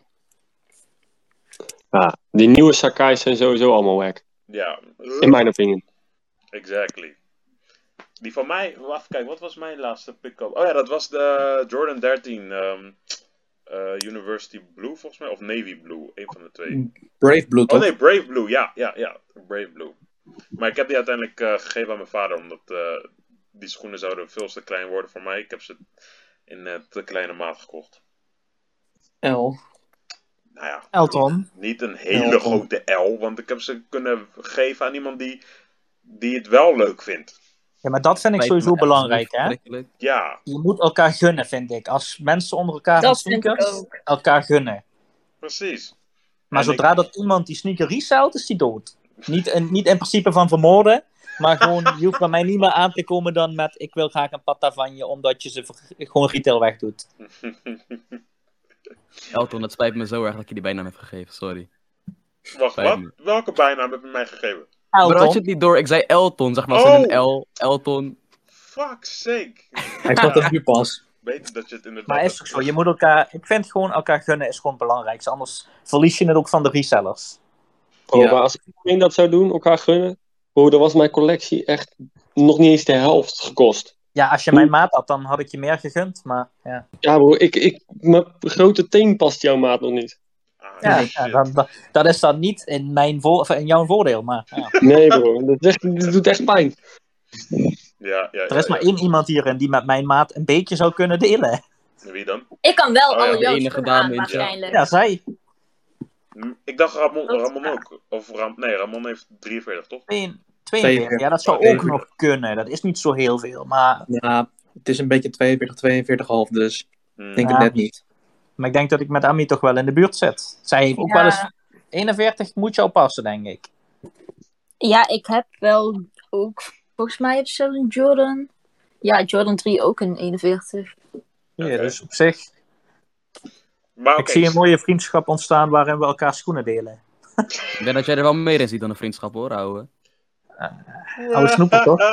Ja, die nieuwe Sakai's zijn sowieso allemaal wack. Ja, In mijn opinie. exactly. Die van mij, wacht, kijk, wat was mijn laatste pick-up? Oh ja, dat was de Jordan 13 University Blue volgens mij, of Navy Blue, een van de twee. Brave Blue, Oh toch? nee, Brave Blue, ja, Brave Blue. Maar ik heb die uiteindelijk gegeven aan mijn vader, omdat die schoenen zouden veel te klein worden voor mij. Ik heb ze in te kleine maat gekocht. L. Nou ja, Elton. niet een hele grote L, want ik heb ze kunnen geven aan iemand die het wel leuk vindt. Ja, maar dat vind ik Spijt me sowieso echt belangrijk, hè? verschrikkelijk. Ja, Je moet elkaar gunnen, vind ik. Als mensen onder elkaar Dat van vind ik sneakers, ook. elkaar gunnen. precies. Maar En zodra dat iemand die sneaker reselt, is die dood. Niet in principe van vermoorden, maar gewoon, je hoeft bij mij niet meer aan te komen dan met ik wil graag een patta van je, omdat je ze gewoon retail wegdoet. Elton, het spijt me zo erg dat ik je die bijnaam heb gegeven, sorry. Wacht, Spijt wat? me. Welke bijnaam heb je mij gegeven? Maar had je Elton. het niet door? Ik zei Elton, zeg maar als in een L. Elton. Fuck's sake. Hij snapt het nu pas. Beter dat je het inderdaad... Maar is toch zo, je moet elkaar, ik vind gewoon elkaar gunnen is gewoon het belangrijkste, anders verlies je het ook van de resellers. Bro, Ja. maar als iedereen dat zou doen, elkaar gunnen, bro, dan was mijn collectie echt nog niet eens de helft gekost. Ja, als je mijn maat had, dan had ik je meer gegund, maar ja. Ja bro, mijn grote teen past jouw maat nog niet. Ja, shit. dat is dan niet in jouw voordeel, maar ja. Nee bro, dat doet echt pijn. Ja, Er is maar één iemand hierin die met mijn maat een beetje zou kunnen delen. Wie dan? Ik kan wel Oh ja, al de jouw enige schoenen dame aan, in het waarschijnlijk. Ja, zij. Ik dacht Ramon Dat is ook. Of nee, Ramon heeft 43, toch? 42. Ja, dat zou ook 42. nog kunnen. Dat is niet zo heel veel, maar, Ja, het is een beetje 42, 42,5, dus ik denk Ja. het net niet. maar ik denk dat ik met Ami toch wel in de buurt zit. Zij heeft ook Ja. wel eens 41, moet jou passen, denk ik. Ja, ik heb wel ook... Volgens mij heb ze een Jordan... Ja, Jordan 3 ook een 41. Ja, Oké. dus op zich. Maar Ik oké, zie een mooie vriendschap ontstaan waarin we elkaar schoenen delen. Ik denk dat jij er wel meer in ziet dan een vriendschap hoor, ouwe. Oude snoeper, toch?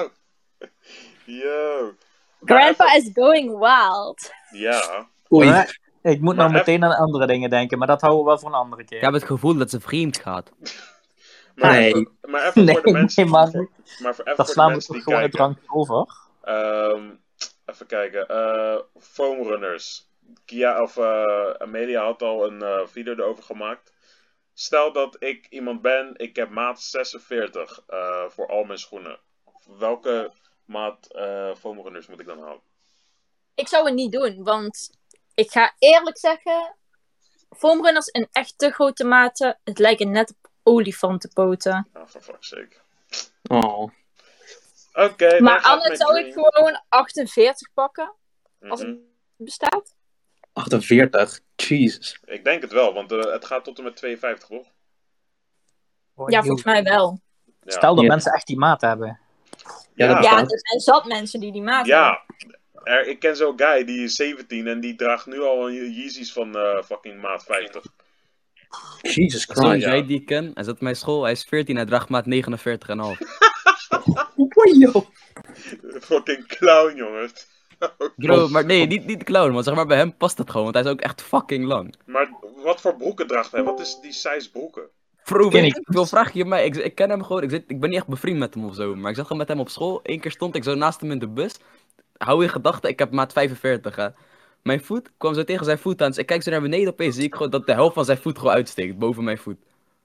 Yo. Grandpa is going wild. Ja. Oei. Maar ik moet nou Maar meteen aan andere dingen denken, maar dat houden we wel voor een andere Ik keer. heb het gevoel dat ze vreemd gaat. Maar Nee. even Nee, voor de mensen... nee, man. maar even Dan voor de slaan we mensen toch die gewoon het kijken. drankje over. Even kijken. Foamrunners. Amelia had al een video erover gemaakt. Stel dat ik iemand ben, ik heb maat 46 voor al mijn schoenen. Welke maat foamrunners moet ik dan houden? Ik zou het niet doen, want ik ga eerlijk zeggen... Foamrunners in echt te grote maten, het lijken net op olifantenpoten. Ah, for fuck's sake. Oh. Oké, daar Maar gaat anders mijn zou ik dream. gewoon 48 pakken, als Mhm. het bestaat. 48. Jesus. Ik denk het wel, want het gaat tot en met 52, toch? Ja, volgens mij wel. Ja. Stel dat Ja. mensen echt die maat hebben. Ja, dat Ja. Ja, bestaat. er zijn zat mensen die die maat hebben. Ja, ik ken zo'n guy die is 17 en die draagt nu al een Yeezys van fucking maat 50. Jesus Zo'n Christ. ja. jij die ik ken, hij zit op mijn school, hij is 14, hij draagt maat 49,5. Yo. Fucking clown, jongens. Bro, maar nee, niet de clown, want zeg maar bij hem past het gewoon, want hij is ook echt fucking lang. Maar wat voor broeken draagt hij? Wat is die size broeken? Bro, Ken weet ik ik veel, vraag je mij. Ik ken hem gewoon, ik ben niet echt bevriend met hem of zo, maar ik zat gewoon met hem op school. Eén keer stond ik zo naast hem in de bus. Hou in gedachten, ik heb maat 45, hè. Mijn voet kwam zo tegen zijn voet aan, dus ik kijk zo naar beneden, opeens zie ik gewoon dat de helft van zijn voet gewoon uitsteekt, boven mijn voet.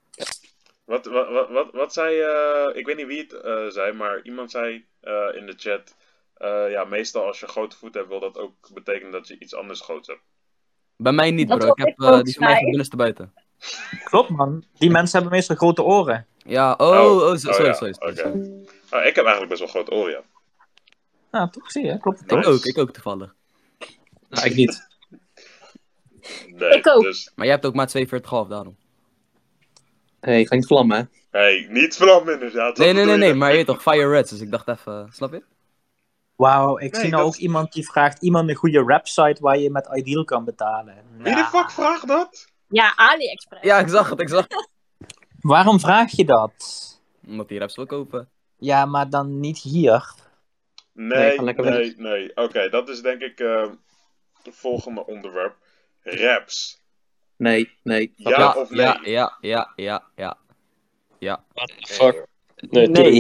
Wat zei, ik weet niet wie het zei, maar iemand zei in de chat, ja, meestal als je grote voet hebt, wil dat ook betekenen dat je iets anders groots hebt. Bij mij niet, Dat bro. Ik hoor heb ik ook die van mij zei. van binnenste buiten. Klopt, man. Die mensen hebben meestal grote oren. Ja, sorry. ja, sorry. oké. Ik heb eigenlijk best wel grote oren, ja. Ja, toch zie je. Klopt. Nice. Ik ook toevallig. Nou, ik niet. Nee, Ik ook. Dus, Maar jij hebt ook maat 42,5, daarom. Hey, ga niet vlammen, hè. hey, niet vlam inderdaad. Nee, Wat bedoel je? maar je weet toch, Fire Reds, dus ik dacht even, snap je? Wauw, ik Nee, zie nou dat- ook iemand die vraagt iemand een goede rapsite waar je met Ideal kan betalen. Wie de fuck vraagt dat? Ja, AliExpress. Ja, ik zag het. Waarom vraag je dat? Omdat die raps wil kopen. Ja, maar dan niet hier. Nee, ga lekker weg. nee. Oké, dat is denk ik het volgende onderwerp. Raps. Nee. Ja of nee? Ja. What the fuck? Nee, tuurlijk Nee. niet.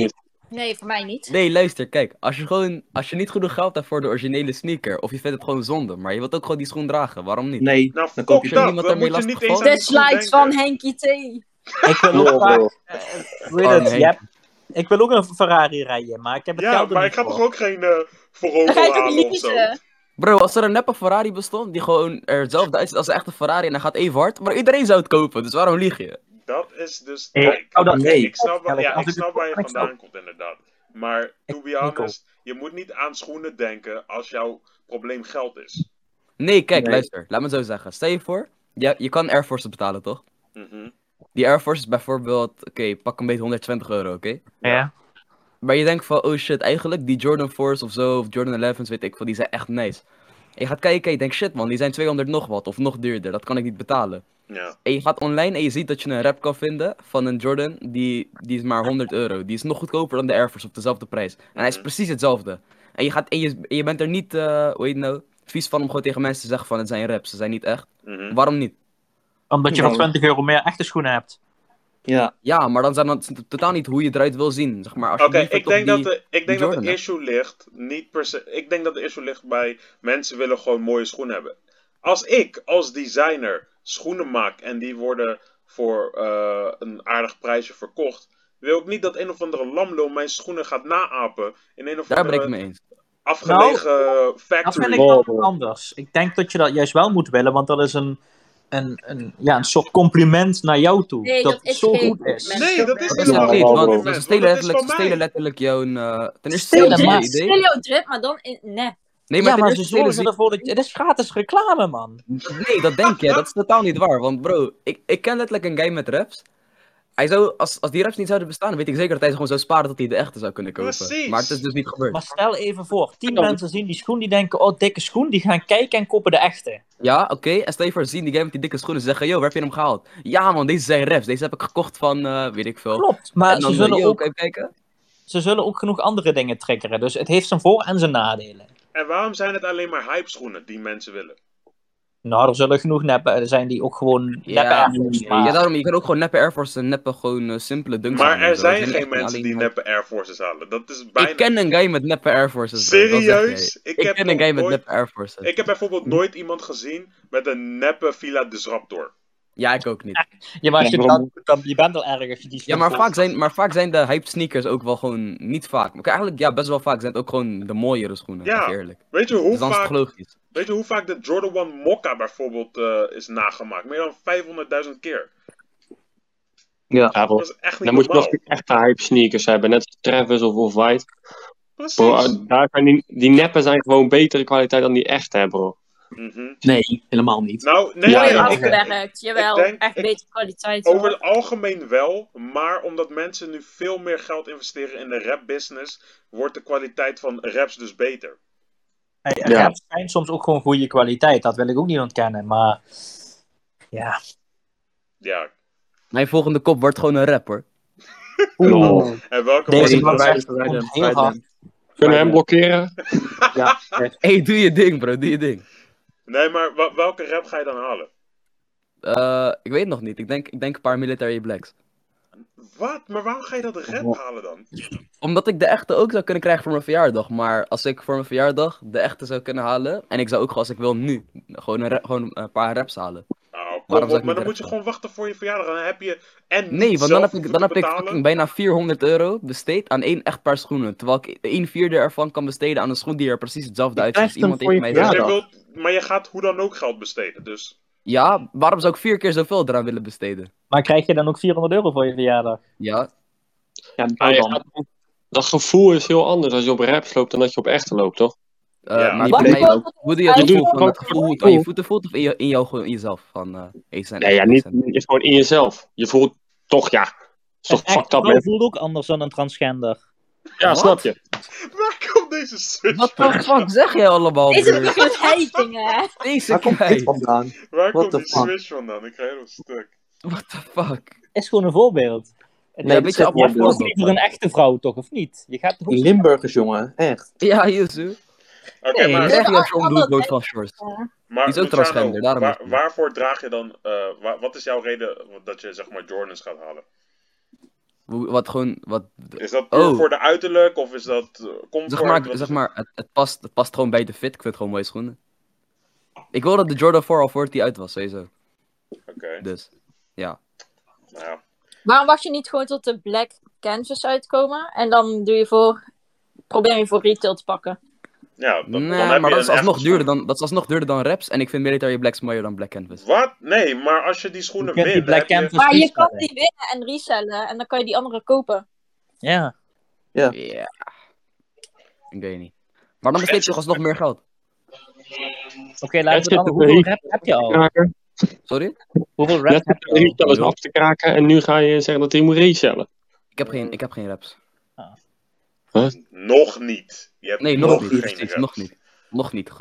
Nee, voor mij niet. Nee, luister, kijk. Als je niet genoeg geld hebt voor de originele sneaker, of je vindt het gewoon zonde, maar je wilt ook gewoon die schoen dragen, waarom niet? Nee, Nou, dan koop fuck je dat. niemand Dan ermee moet je niet lastig eens vallen. aan De die schoen slides denken. van Henky T. Ik wil ook Bro, graag... bro. hoe heet Arme het? Henk. Ja, ik wil ook een Ferrari rijden, maar ik heb het Ja, geld er maar niet ik ga voor. toch ook geen Dan Verogel ga je toch halen of zo? leasen? Bro, als er een neppe Ferrari bestond, die gewoon er hetzelfde uitziet als een echte Ferrari en hij gaat even hard, maar iedereen zou het kopen, dus waarom lieg je? Dat is dus... Nee, Kijk, oh, dat- oké, nee. ik snap, Als ik ik snap het waar je koop, dan vandaan komt inderdaad. Maar, to be Ik niet honest, je moet niet aan schoenen denken als jouw probleem geld is. Nee, kijk, Nee. luister, laat me het zo zeggen. Stel je voor, je kan Air Force betalen, toch? Mhm. Die Air Force is bijvoorbeeld, oké, pak een beetje 120 euro, oké? Ja. Maar je denkt van, oh shit, eigenlijk die Jordan 4's of zo, of Jordan 11's, weet ik veel, die zijn echt nice. En je gaat kijken en je denkt, shit man, die zijn 200 nog wat, of nog duurder, dat kan ik niet betalen. Ja. En je gaat online en je ziet dat je een rep kan vinden van een Jordan, die is maar 100 euro. Die is nog goedkoper dan de Air Force op dezelfde prijs. En hij is Mhm. precies hetzelfde. En je bent er niet, hoe heet het nou, vies van om gewoon tegen mensen te zeggen van, het zijn reps, ze zijn niet echt. Mhm. Waarom niet? Omdat je Nou. voor 20 euro meer echte schoenen hebt. Ja, Ja, maar dan zijn dat totaal niet hoe je eruit wil zien, zeg maar. Als je Oké, liever ik toch denk die- dat die de Jordan hebt. issue ligt niet per se. Ik denk dat de issue ligt bij mensen willen gewoon mooie schoenen hebben. Als ik als designer schoenen maak en die worden voor een aardig prijsje verkocht, wil ik niet dat een of andere lamlul mijn schoenen gaat naapen in een of Daar ben ik het andere mee eens. afgelegen Dat vind factory. ik wel anders. Ik denk dat je dat juist wel moet willen, want dat is een soort compliment naar jou toe. Nee, dat dat het is zo geen goed is. compliment. Nee, dat is Dat is helemaal het geen niet, want compliment, ze stelen want dat is van mij. letterlijk jouw... ten eerste Stelen, stelen ze maar- je idee. Stel jouw drip, maar dan in... Nee. Nee, maar Ja, ten maar ze eerste stelen zorgen ervoor dat... Het is gratis reclame, man. Nee, dat denk je. Dat is totaal niet waar. Want bro, ik ken letterlijk een guy met raps. Hij zou, als die raps niet zouden bestaan, dan weet ik zeker dat hij ze gewoon zou sparen tot hij de echte zou kunnen kopen. Precies. Maar het is dus niet gebeurd. Maar stel even voor, 10 mensen zien die schoen, die denken, oh, dikke schoen, die gaan kijken en kopen de echte. Ja, oké. En stel je voor, ze zien die guy met die dikke schoenen. Ze zeggen, yo, waar heb je hem gehaald? Ja man, deze zijn raps. Deze heb ik gekocht van, weet ik veel. Klopt, maar En dan, ze zullen yo, ook kan je kijken? ze zullen ook genoeg andere dingen triggeren. Dus het heeft zijn voor- en zijn nadelen. En waarom zijn het alleen maar hype schoenen die mensen willen? Nou, er zullen genoeg neppen zijn die ook gewoon neppe Ja, Air Force, maar- ja, daarom, je kan ook gewoon neppe Air Force en neppe gewoon simpele dunks Maar halen en er zo. zijn echt geen niet mensen alleen die maar- neppe Air Forces halen. Dat is bijna... Ik ken een guy met neppe Air Forces. bro. Dat zeg Serieus? jij. Ik Ik heb ken een nog guy met nooit- neppe Air Forces. Ik heb bijvoorbeeld nooit iemand gezien met een neppe Villa Disruptor. Ja, ik ook niet. Ja, maar als je, waarom- je bent al erg als je die Ja, maar schoen vaak zijn de hype sneakers ook wel gewoon niet vaak. Maar eigenlijk, ja, best wel vaak zijn het ook gewoon de mooiere schoenen. Ja. Echt eerlijk. Weet je hoe Dus dan is het vaak, logisch. weet je hoe vaak de Jordan 1 Mokka bijvoorbeeld is nagemaakt? Meer dan 500.000 keer. Ja, bro. Dat is echt niet Dan moet je normaal. nog echte hype sneakers hebben, net als Travis of Off-White. Precies. Bro, daar zijn die neppen zijn gewoon betere kwaliteit dan die echte, hè, bro. Mhm. nee, helemaal niet. Nou, nee, Ja, Mooi ja, afgewerkt. Jawel, ik denk- echt ik- betere kwaliteit. over hoor. het algemeen wel, maar omdat mensen nu veel meer geld investeren in de rap business, wordt de kwaliteit van raps dus beter. Hey, Ja. raps zijn soms ook gewoon goede kwaliteit, dat wil ik ook niet ontkennen. Maar ja, Ja. Mijn volgende kop wordt gewoon een rap hoor. Oh. En welke deze was het? man verwijden, zegt verwijden, gewoon heel hard. Kunnen we hem blokkeren? Ja, echt. Hey, doe je ding bro, doe je ding. Nee, maar welke rap ga je dan halen? Ik weet het nog niet. Ik denk een paar Military Blacks. Wat? Maar waarom ga je dat rap halen dan? Omdat ik de echte ook zou kunnen krijgen voor mijn verjaardag. Maar als ik voor mijn verjaardag de echte zou kunnen halen. En ik zou ook gewoon, als ik wil nu, gewoon een paar raps halen. Nou, kom Waarom zou op, ik maar niet dan moet je rap gewoon wachten voor je verjaardag. Dan heb je en niet Nee, want dan zelf heb hoeven ik, dan te heb ik betalen. fucking bijna 400 euro besteed aan één echt paar schoenen. Terwijl ik 1/4 ervan kan besteden aan een schoen die er precies hetzelfde Je uitziet. Als krijgt iemand hem tegen voor mij je Dus zegt. je wilt, maar je gaat hoe dan ook geld besteden. Dus Ja, waarom zou ik 4 keer zoveel eraan willen besteden? Maar krijg je dan ook 400 euro voor je verjaardag? Ja, Ja, Ah, nou je dan. gaat- dat gevoel is heel anders als je op raps loopt dan dat je op echte loopt, toch? Ja. maar Niet bij mij per se. ook. Hoe doe je Je het doet gevoel van gewoon het gevoel hoe het aan je voeten voelt of in jou, gewoon in jezelf? Van, hey, ze zijn Nee, ja, echt niet, decent. is gewoon in jezelf. Je voelt toch, ja. Is toch Een fucked echte up, vrouw man. voelt ook anders dan een transgender. Ja, Wat? snap je? waar komt deze switch Wat de fuck zeg jij allemaal, Deze broer? vergelijkingen, hè? Deze Waar komt dit guy. vandaan? Waar What komt the die fuck? switch vandaan? Ik ga helemaal stuk. What the fuck? Is gewoon een voorbeeld. Nee, dit een beetje is Je hebt voorbeeld. ook liever een echte vrouw, toch? Of niet? Je gaat toch ook... Limburgers, jongen. Echt. Ja, Yuzu. Oké, Nee, maar, Dat zeg je als je omdoet wordt van shorts. maar die is ook Luciano, transgender, daarom is die. waarvoor draag je dan... wat is jouw reden dat je zeg maar Jordans gaat halen? Wat gewoon, wat... Is dat puur Oh. voor de uiterlijk of is dat comfort? Zeg maar, Wat is zeg het? maar het past gewoon bij de fit. Ik vind het gewoon mooie schoenen. Ik wil dat de Jordan 4 al voordat die uit was, sowieso. Oké, Dus, ja. nou ja. Waarom wacht je niet gewoon tot de Black Canvas uitkomen? En dan probeer je voor retail te pakken. Ja, dan Nee, heb maar je dat is een alsnog echte duurder schoen. dan, dat is alsnog duurder dan Reps. En ik vind Military Blacks mooier dan Black Canvas. Wat? Nee, maar als je die Je schoenen kunt die wint, Black heb je... Canvas Maar je kan resellen. die winnen en resellen. En dan kan je die andere kopen. Ja. Ja. Ik weet niet. Maar dan besteed je toch alsnog meer geld. Oké, laten we zit dan... er Hoeveel een rap heb je al? Kraken. Sorry? Hoeveel Net rap heb de je al? retailers af te kraken en nu ga je zeggen dat hij moet resellen. Ik heb geen Reps. Nog niet. Je hebt Nee, nog nog niet. geen Precies, reps. nog niet. Nog niet.